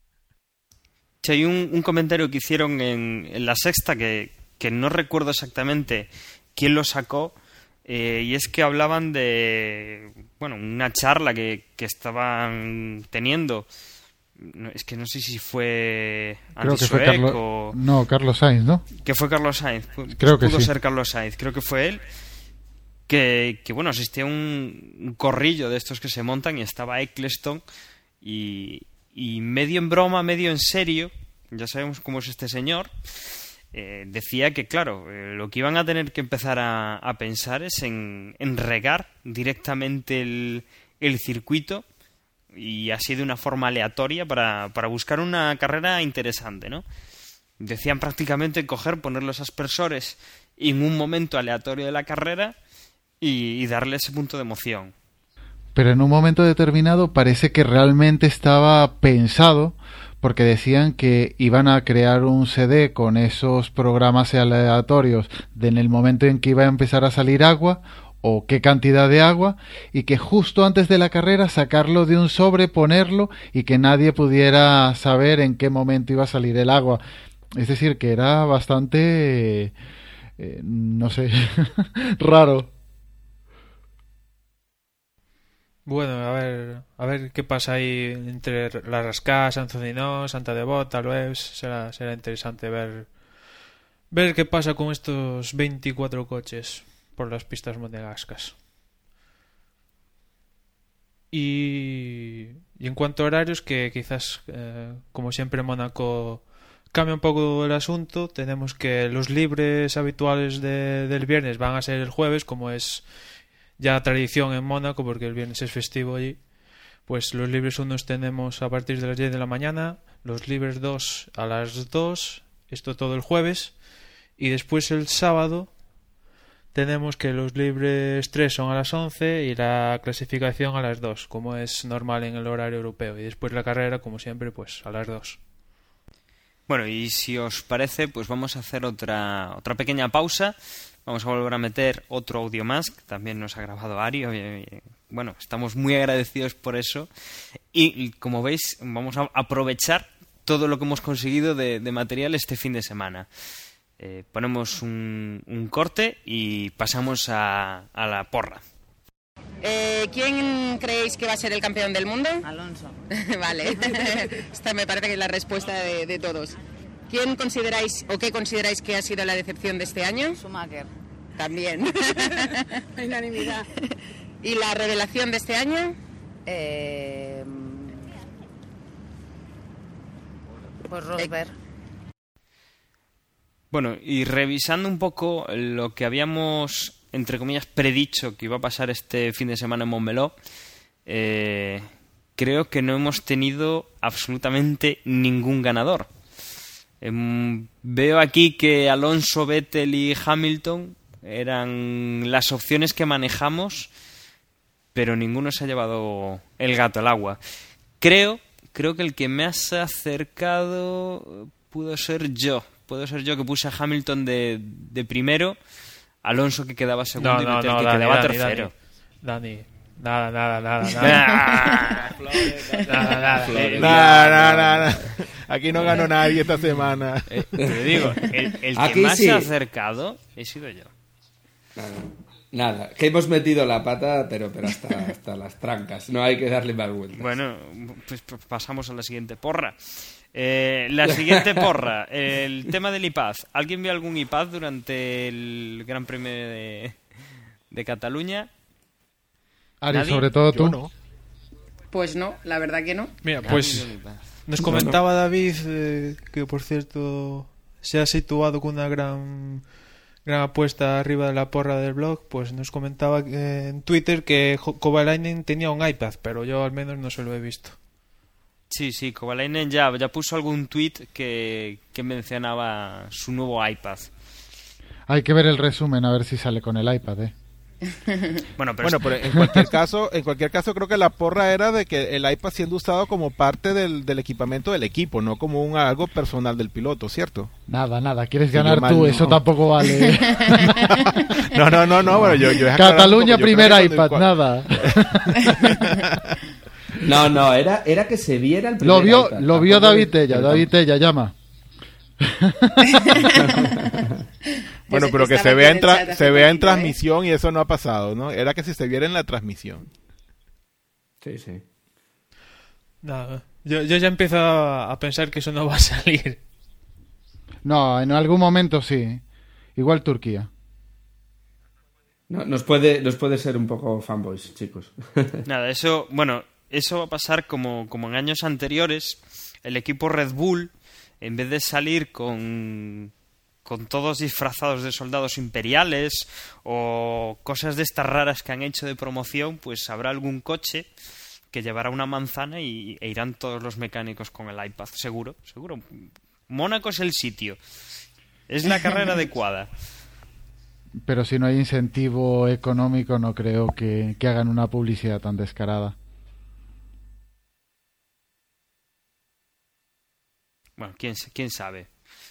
Sí, hay un comentario que hicieron en La Sexta que no recuerdo exactamente quién lo sacó, y es que hablaban de, bueno, una charla que estaban teniendo. Es que no sé si fue Creo que fue Carlos Sainz, ¿no? Que fue Carlos Sainz. Creo que pudo sí. ser Carlos Sainz, creo que fue él. Que bueno, asistía a un corrillo de estos que se montan y estaba Eccleston y medio en broma, medio en serio, ya sabemos cómo es este señor, decía que claro, lo que iban a tener que empezar a pensar es en regar directamente el circuito, y así de una forma aleatoria para buscar una carrera interesante, ¿no? Decían prácticamente poner los aspersores en un momento aleatorio de la carrera y darle ese punto de emoción. Pero en un momento determinado parece que realmente estaba pensado, porque decían que iban a crear un CD con esos programas aleatorios en el momento en que iba a empezar a salir agua o qué cantidad de agua, y que justo antes de la carrera sacarlo de un sobre, ponerlo y que nadie pudiera saber en qué momento iba a salir el agua. Es decir, que era bastante, no sé, raro. Bueno, a ver qué pasa ahí entre la Rascá, Sant Zocinó, Santa Devota, Loews. Será interesante ver qué pasa con estos 24 coches por las pistas monegascas. Y en cuanto a horarios, que quizás, como siempre en Mónaco, cambia un poco el asunto. Tenemos que los libres habituales del viernes van a ser el jueves, como es ya tradición en Mónaco, porque el viernes es festivo allí. Pues los libres 1 tenemos a partir de las 10 de la mañana, los libres 2 a las 2, esto todo el jueves, Y después el sábado tenemos que los libres 3 son a las 11 y la clasificación a las 2, como es normal en el horario europeo. Y después la carrera, como siempre, pues a las 2. Bueno, y si os parece, pues vamos a hacer otra pequeña pausa. Vamos a volver a meter otro audio más, que también nos ha grabado Ari. Bueno, estamos muy agradecidos por eso. Y como veis, vamos a aprovechar todo lo que hemos conseguido de material este fin de semana. Ponemos un corte y pasamos a la porra. ¿Quién creéis que va a ser el campeón del mundo? Alonso. Vale, esta me parece que es la respuesta de todos. ¿Quién consideráis o qué consideráis que ha sido la decepción de este año? Schumacher. También. Unanimidad. ¿Y la revelación de este año? Pues Rosberg. Bueno, y revisando un poco lo que habíamos, entre comillas, predicho que iba a pasar este fin de semana en Montmeló, creo que no hemos tenido absolutamente ningún ganador. Veo aquí que Alonso, Vettel y Hamilton eran las opciones que manejamos, pero ninguno se ha llevado el gato al agua. Creo que el que me has acercado pudo ser yo. Puedo ser yo, que puse a Hamilton de primero, Alonso que quedaba segundo y Vettel que quedaba tercero. Dani, nada. Nada. Aquí no ganó nadie esta semana. Te digo, el que Aquí más sí se ha acercado he sido yo. Nada, que hemos metido la pata, pero hasta las trancas. No hay que darle más vueltas. Bueno, pues pasamos a la siguiente porra. La siguiente porra, el tema del iPad. ¿Alguien vio algún iPad durante el Gran Premio de Cataluña? Ari, ¿Nadie? sobre todo tú. Yo no. Pues no, la verdad que no. Mira, pues nos comentaba David que, por cierto, se ha situado con una gran apuesta arriba de la porra del blog. Pues nos comentaba en Twitter que Kovalainen tenía un iPad, pero yo al menos no se lo he visto. Sí, Kovalainen ya puso algún tweet que mencionaba su nuevo iPad. Hay que ver el resumen a ver si sale con el iPad, Bueno, pero en cualquier caso creo que la porra era de que el iPad siendo usado como parte del equipamiento del equipo, no como algo personal del piloto, ¿cierto? Nada, quieres Sí, ganar yo tú, mal, eso no. tampoco vale. No, bueno, yo Cataluña, primer iPad, iPad, nada. No, era que se viera el primer iPad. Lo vio David Tella, llama. Bueno, pero que se vea en transmisión y eso no ha pasado, ¿no? Era que si se viera en la transmisión. Sí. Nada, yo ya empiezo a pensar que eso no va a salir. No, en algún momento sí. Igual Turquía. No, nos puede ser un poco fanboys, chicos. nada, eso va a pasar como en años anteriores. El equipo Red Bull, en vez de salir con todos disfrazados de soldados imperiales o cosas de estas raras que han hecho de promoción, pues habrá algún coche que llevará una manzana e irán todos los mecánicos con el iPad, seguro. Mónaco es el sitio, es la carrera adecuada. Pero si no hay incentivo económico, no creo que hagan una publicidad tan descarada. Bueno, quién sabe.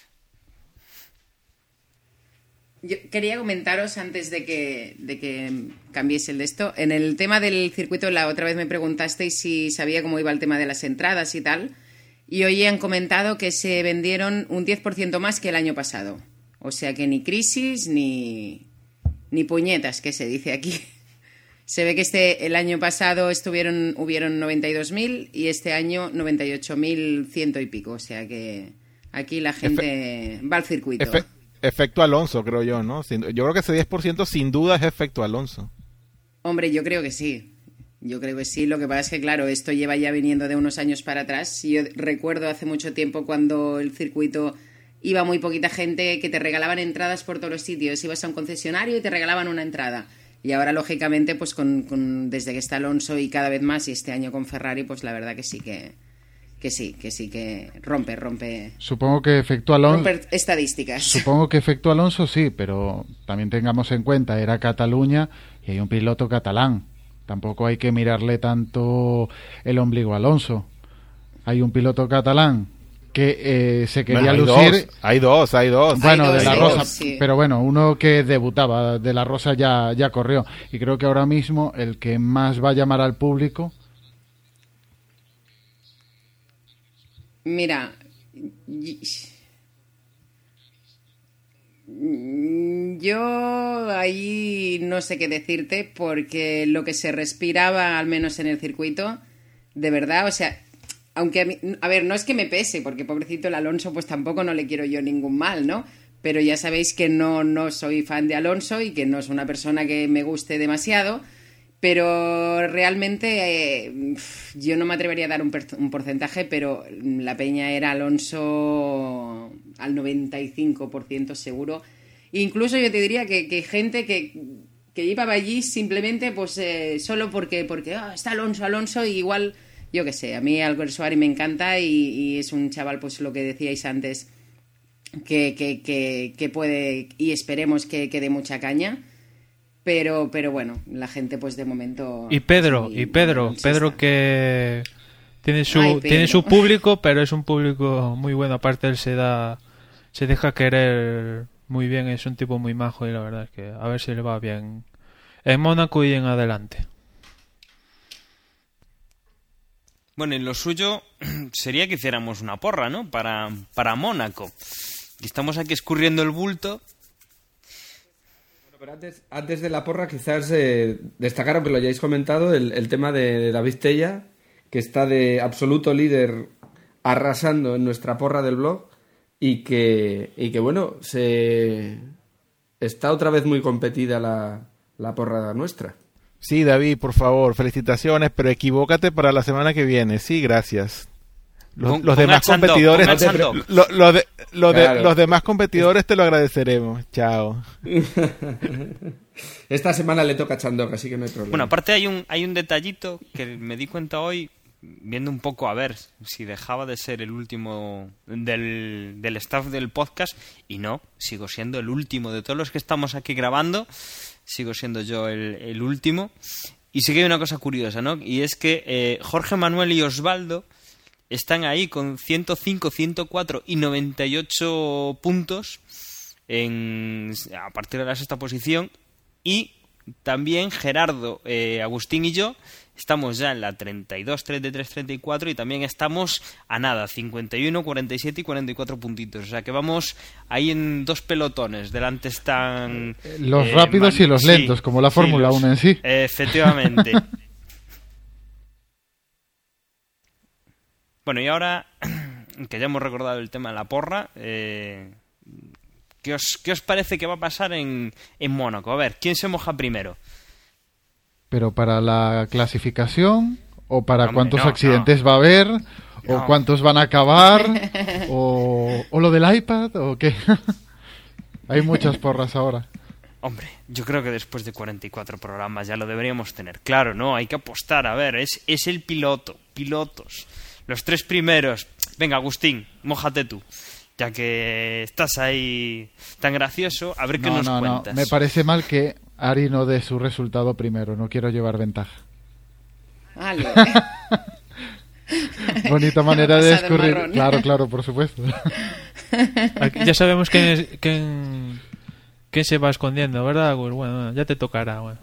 Yo quería comentaros antes de que cambiese el de esto. En el tema del circuito, la otra vez me preguntasteis si sabía cómo iba el tema de las entradas y tal. Y hoy han comentado que se vendieron un 10% más que el año pasado. O sea que ni crisis ni puñetas, que se dice aquí. Se ve que el año pasado hubieron 92.000 y este año 98.100 y pico. O sea que aquí la gente va al circuito. Efecto Alonso, creo yo, ¿no? Yo creo que ese 10% sin duda es efecto Alonso. Hombre, yo creo que sí. Lo que pasa es que, claro, esto lleva ya viniendo de unos años para atrás. Yo recuerdo hace mucho tiempo cuando el circuito iba muy poquita gente, que te regalaban entradas por todos los sitios. Ibas a un concesionario y te regalaban una entrada. Y ahora, lógicamente, pues desde que está Alonso y cada vez más, y este año con Ferrari, pues la verdad que sí que sí, que rompe. Supongo que efectúa Alonso. Romper estadísticas. Supongo que efectúa Alonso, sí, pero también tengamos en cuenta, era Cataluña y hay un piloto catalán. Tampoco hay que mirarle tanto el ombligo a Alonso. Hay un piloto catalán que se quería lucir. Hay dos. Bueno, De La Rosa, sí. pero bueno, uno que debutaba, De La Rosa ya corrió. Y creo que ahora mismo el que más va a llamar al público. Mira, yo ahí no sé qué decirte, porque lo que se respiraba, al menos en el circuito, de verdad, o sea, aunque a ver, no es que me pese, porque pobrecito el Alonso, pues tampoco no le quiero yo ningún mal, ¿no? Pero ya sabéis que no soy fan de Alonso y que no es una persona que me guste demasiado. Pero realmente yo no me atrevería a dar un porcentaje, pero la peña era Alonso al 95% seguro. Incluso yo te diría que gente que iba allí simplemente pues solo porque está Alonso, y igual, yo qué sé, a mí Albert Suárez me encanta y es un chaval, pues lo que decíais antes, que puede, y esperemos que dé mucha caña. Pero bueno, la gente pues de momento... Y Pedro que tiene su público, pero es un público muy bueno. Aparte él se deja querer muy bien, es un tipo muy majo y la verdad es que a ver si le va bien en Mónaco y en adelante. Bueno, y lo suyo sería que hiciéramos una porra, ¿no? Para Mónaco. Y estamos aquí escurriendo el bulto. Pero antes de la porra, quizás destacar, aunque lo hayáis comentado, el tema de David Tella, que está de absoluto líder arrasando en nuestra porra del blog y que bueno, está otra vez muy competida la porra nuestra. Sí, David, por favor, felicitaciones, pero equivócate para la semana que viene. Sí, gracias. Los demás competidores, los demás competidores te lo agradeceremos. Chao. Esta semana le toca a Chandok, así que no hay problema. Bueno, aparte hay un detallito que me di cuenta hoy, viendo un poco a ver si dejaba de ser el último del staff del podcast, y no, sigo siendo el último de todos los que estamos aquí grabando, sigo siendo yo el último. Y sí que hay una cosa curiosa, ¿no? Y es que Jorge Manuel y Osvaldo están ahí con 105, 104 y 98 puntos a partir de la sexta posición. Y también Gerardo, Agustín y yo estamos ya en la 32, 33, 34 y también estamos a nada, 51, 47 y 44 puntitos. O sea que vamos ahí en dos pelotones. Delante están... los rápidos y los lentos, como la Fórmula 1 en sí. Efectivamente. Bueno, y ahora que ya hemos recordado el tema de la porra, ¿qué os parece que va a pasar en Mónaco? A ver, ¿quién se moja primero? ¿Pero para la clasificación? ¿O para cuántos accidentes va a haber? ¿O cuántos van a acabar? ¿O lo del iPad? ¿O qué? Hay muchas porras ahora. Hombre, yo creo que después de 44 programas ya lo deberíamos tener claro, ¿no? Hay que apostar, a ver, es el pilotos. Los tres primeros. Venga, Agustín, mójate tú. Ya que estás ahí tan gracioso, a ver qué nos cuentas. No, me parece mal que Ari no dé su resultado primero. No quiero llevar ventaja. Vale. Bonita manera de escurrir. Claro, por supuesto. Aquí ya sabemos quién se va escondiendo, ¿verdad? Pues bueno, ya te tocará. Bueno.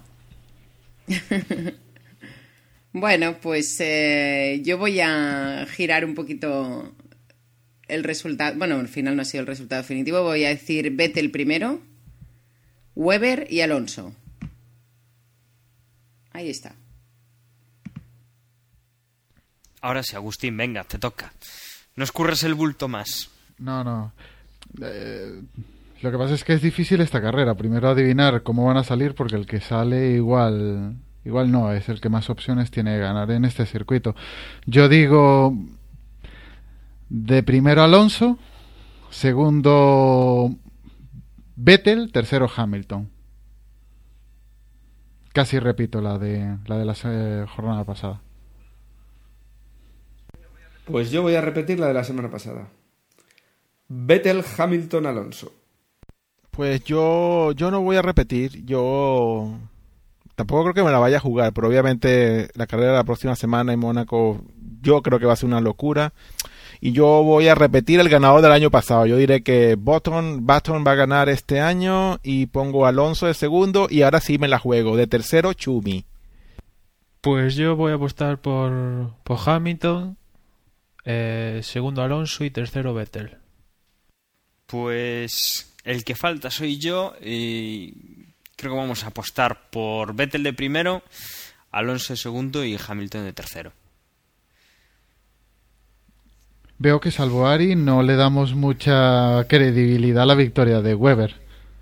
Bueno, pues yo voy a girar un poquito el resultado. Bueno, al final no ha sido el resultado definitivo. Voy a decir Vettel primero, Webber y Alonso. Ahí está. Ahora sí, Agustín, venga, te toca. No escurres el bulto más. No. Lo que pasa es que es difícil esta carrera. Primero adivinar cómo van a salir, porque el que sale igual no, es el que más opciones tiene de ganar en este circuito. Yo digo de primero Alonso, segundo Vettel, tercero Hamilton. Casi repito la de la jornada pasada. Pues yo voy a repetir la de la semana pasada. Vettel, Hamilton, Alonso. Pues yo no voy a repetir. Yo tampoco creo que me la vaya a jugar, pero obviamente la carrera de la próxima semana en Mónaco yo creo que va a ser una locura. Y yo voy a repetir el ganador del año pasado. Yo diré que Button va a ganar este año y pongo a Alonso de segundo y ahora sí me la juego. De tercero, Chumi. Pues yo voy a apostar por Hamilton, segundo Alonso y tercero Vettel. Pues el que falta soy yo y creo que vamos a apostar por Vettel de primero, Alonso de segundo y Hamilton de tercero. Veo que salvo Ari no le damos mucha credibilidad a la victoria de Webber.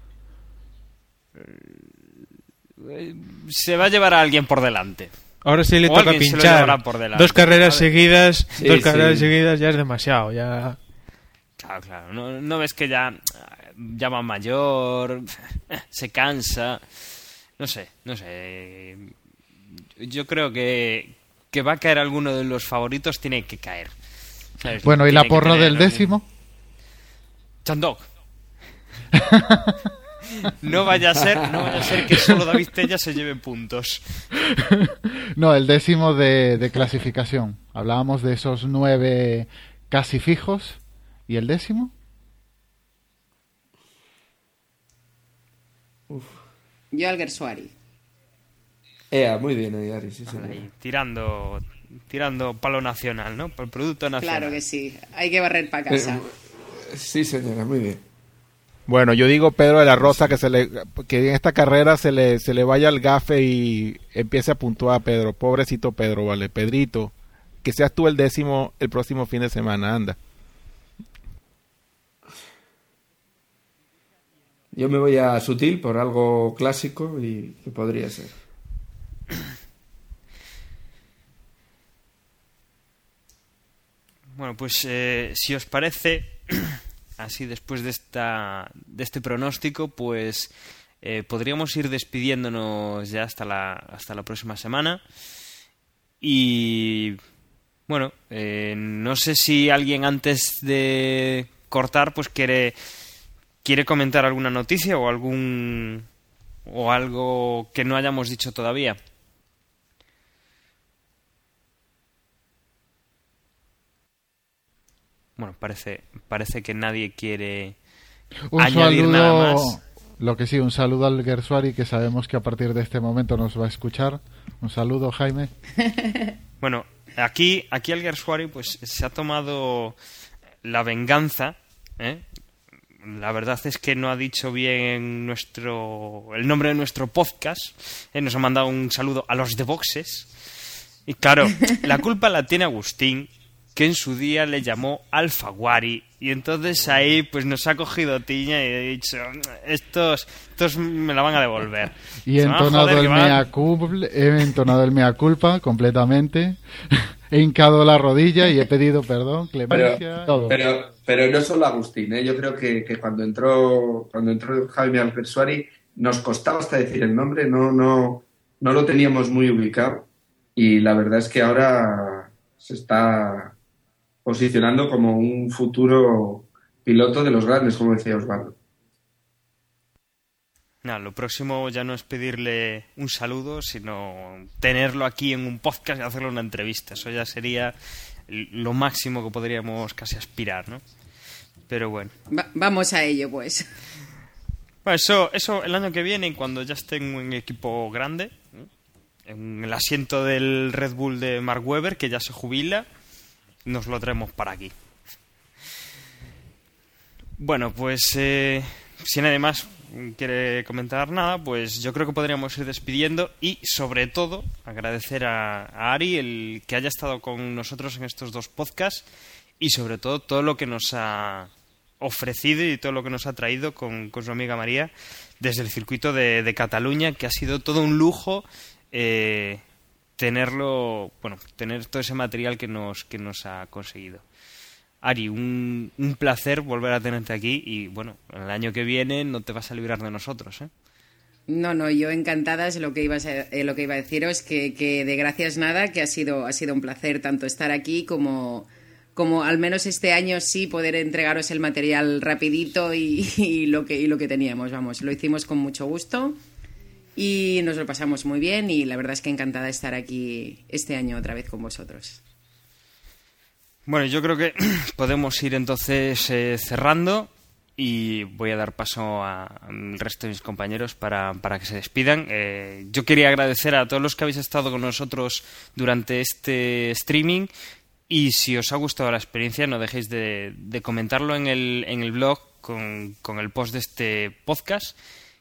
Se va a llevar a alguien por delante. Ahora sí le O toca alguien se lo pinchar. llevará por delante. Dos carreras ¿Vale? seguidas, Sí, seguidas ya es demasiado. Ya. Claro. No ves que ya va mayor, se cansa. No sé. Yo creo que va a caer alguno de los favoritos, tiene que caer. ¿Sabes? Bueno, ¿y la Tiene que porra tener del décimo? Chandog. No vaya a ser que solo David Tella se lleve puntos. No, el décimo de clasificación. Hablábamos de esos 9 casi fijos. ¿Y el décimo? Yo Alguersuari. Muy bien, Ari, sí, señor. Ahí, tirando palo nacional, ¿no? Por el producto nacional. Claro que sí. Hay que barrer para casa. Sí, señora, muy bien. Bueno, yo digo Pedro de la Rosa que en esta carrera se le vaya al gafe y empiece a puntuar a Pedro. Pobrecito Pedro, vale. Pedrito, que seas tú el décimo el próximo fin de semana, anda. Yo me voy a Sutil por algo clásico y que podría ser. Bueno, pues si os parece, así después de este pronóstico, pues podríamos ir despidiéndonos ya hasta la próxima semana. Y bueno, no sé si alguien antes de cortar pues quiere comentar alguna noticia o algo que no hayamos dicho todavía. Bueno, parece que nadie quiere añadir nada más. Lo que sí, un saludo al Gersuari, que sabemos que a partir de este momento nos va a escuchar. Un saludo, Jaime. Bueno, aquí el Gersuari pues se ha tomado la venganza, ¿eh? La verdad es que no ha dicho bien el nombre de nuestro podcast, nos ha mandado un saludo a los de Boxes. Y claro, la culpa la tiene Agustín, que en su día le llamó Alfaguari, y entonces ahí pues nos ha cogido tiña y he dicho, estos me la van a devolver. Y he entonado el mea culpa completamente. He hincado la rodilla y he pedido perdón, clemencia, todo. Pero no solo Agustín, ¿eh? Yo creo que cuando entró Jaime Alguersuari nos costaba hasta decir el nombre, no lo teníamos muy ubicado, y la verdad es que ahora se está posicionando como un futuro piloto de los grandes, como decía Osvaldo. No, lo próximo ya no es pedirle un saludo, sino tenerlo aquí en un podcast y hacerle una entrevista. Eso ya sería lo máximo que podríamos casi aspirar, ¿no? Pero bueno. Vamos a ello, pues. Bueno, eso el año que viene, cuando ya esté en un equipo grande, ¿no? En el asiento del Red Bull de Mark Webber, que ya se jubila, nos lo traemos para aquí. Bueno, pues si nadie más quiere comentar nada, pues yo creo que podríamos ir despidiendo y sobre todo agradecer a Ari el que haya estado con nosotros en estos 2 podcasts y sobre todo lo que nos ha ofrecido y todo lo que nos ha traído con su amiga María desde el circuito de Cataluña, que ha sido todo un lujo tener todo ese material que nos ha conseguido. Ari, un placer volver a tenerte aquí y bueno, el año que viene no te vas a librar de nosotros, ¿eh? No, yo encantada, es lo que iba a deciros, que de gracias nada, que ha sido un placer tanto estar aquí como como al menos este año sí poder entregaros el material rapidito y lo que teníamos, vamos, lo hicimos con mucho gusto y nos lo pasamos muy bien y la verdad es que encantada de estar aquí este año otra vez con vosotros. Bueno, yo creo que podemos ir entonces cerrando y voy a dar paso al resto de mis compañeros para que se despidan. Yo quería agradecer a todos los que habéis estado con nosotros durante este streaming. Y si os ha gustado la experiencia, no dejéis de comentarlo en el blog con el post de este podcast.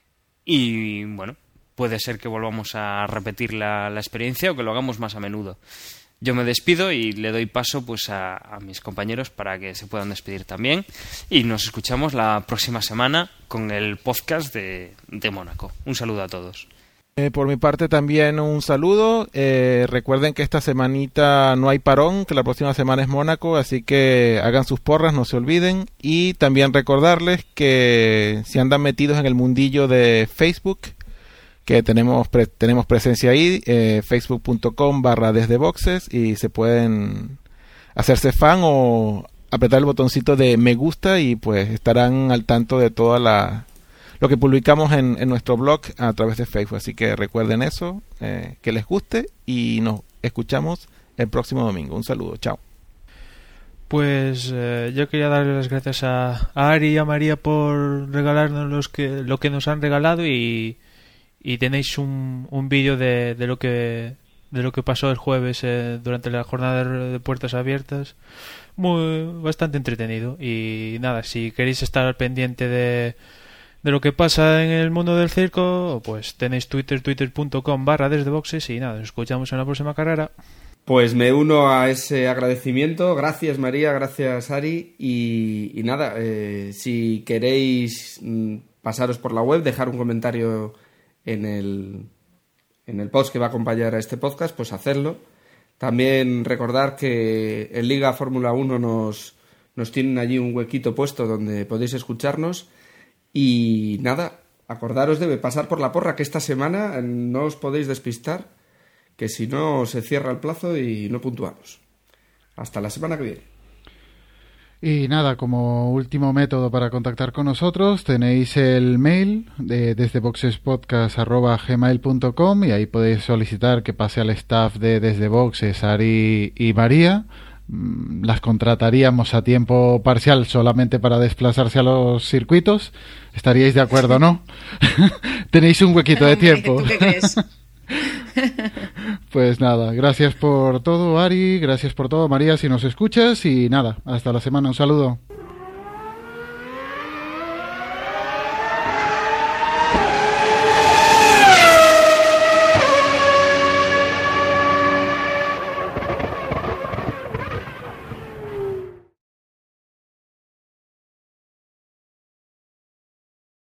Y bueno, puede ser que volvamos a repetir la experiencia o que lo hagamos más a menudo. Yo me despido y le doy paso pues a mis compañeros para que se puedan despedir también. Y nos escuchamos la próxima semana con el podcast de Mónaco. Un saludo a todos. Por mi parte también un saludo. Recuerden que esta semanita no hay parón, que la próxima semana es Mónaco, así que hagan sus porras, no se olviden. Y también recordarles que si andan metidos en el mundillo de Facebook, que tenemos presencia ahí, facebook.com/desdeboxes, y se pueden hacerse fan o apretar el botoncito de me gusta y pues estarán al tanto de toda lo que publicamos en nuestro blog a través de Facebook. Así que recuerden eso, que les guste y nos escuchamos el próximo domingo. Un saludo, chao. Pues yo quería darle las gracias a Ari y a María por regalarnos lo que nos han regalado y tenéis un vídeo de lo que pasó el jueves durante la jornada de puertas abiertas, bastante entretenido. Y nada, si queréis estar al pendiente de lo que pasa en el mundo del circo, pues tenéis twitter.com/desdeboxes y nada, nos escuchamos en la próxima carrera. Pues me uno a ese agradecimiento. Gracias María, gracias Ari y nada, si queréis pasaros por la web, dejar un comentario en el post que va a acompañar a este podcast, pues hacerlo. También recordar que en Liga Fórmula 1 nos tienen allí un huequito puesto donde podéis escucharnos. Y nada, acordaros de pasar por la porra, que esta semana no os podéis despistar, que si no se cierra el plazo y no puntuamos. Hasta la semana que viene. Y nada, como último método para contactar con nosotros, tenéis el mail de desdeboxespodcast@gmail.com y ahí podéis solicitar que pase al staff de Desde Boxes, Ari y María. Las contrataríamos a tiempo parcial solamente para desplazarse a los circuitos. ¿Estaríais de acuerdo, no? Tenéis un huequito de tiempo. ¿Tú qué crees? Pues nada, gracias por todo, Ari, gracias por todo, María, si nos escuchas, y nada, hasta la semana, un saludo.